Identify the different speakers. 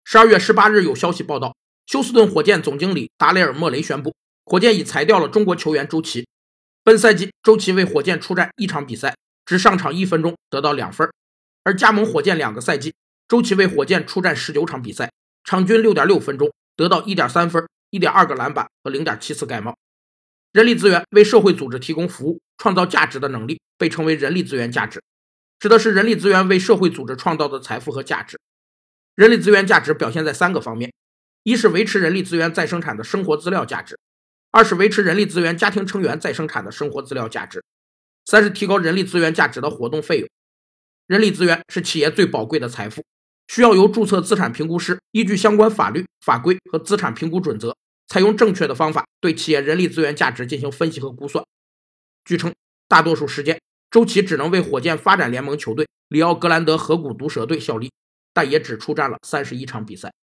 Speaker 1: 12月18日有消息报道，休斯顿火箭总经理达雷尔·莫雷宣布，火箭已裁掉了中国球员周琦。本赛季周琦为火箭出战1场比赛，只上场1分钟，得到2分。而加盟火箭2个赛季，周琦为火箭出战19场比赛，场均 6.6 分钟，得到 1.3 分、1.2 个篮板和 0.7次盖帽。人力资源为社会组织提供服务、创造价值的能力被称为人力资源价值，指的是人力资源为社会组织创造的财富和价值。人力资源价值表现在3个方面：一是维持人力资源再生产的生活资料价值；二是维持人力资源家庭成员再生产的生活资料价值；三是提高人力资源价值的活动费用。人力资源是企业最宝贵的财富，需要由注册资产评估师依据相关法律、法规和资产评估准则，采用正确的方法对企业人力资源价值进行分析和估算。据称，大多数时间，周琦只能为火箭发展联盟球队里奥格兰德河谷毒蛇队效力，但也只出战了31场比赛。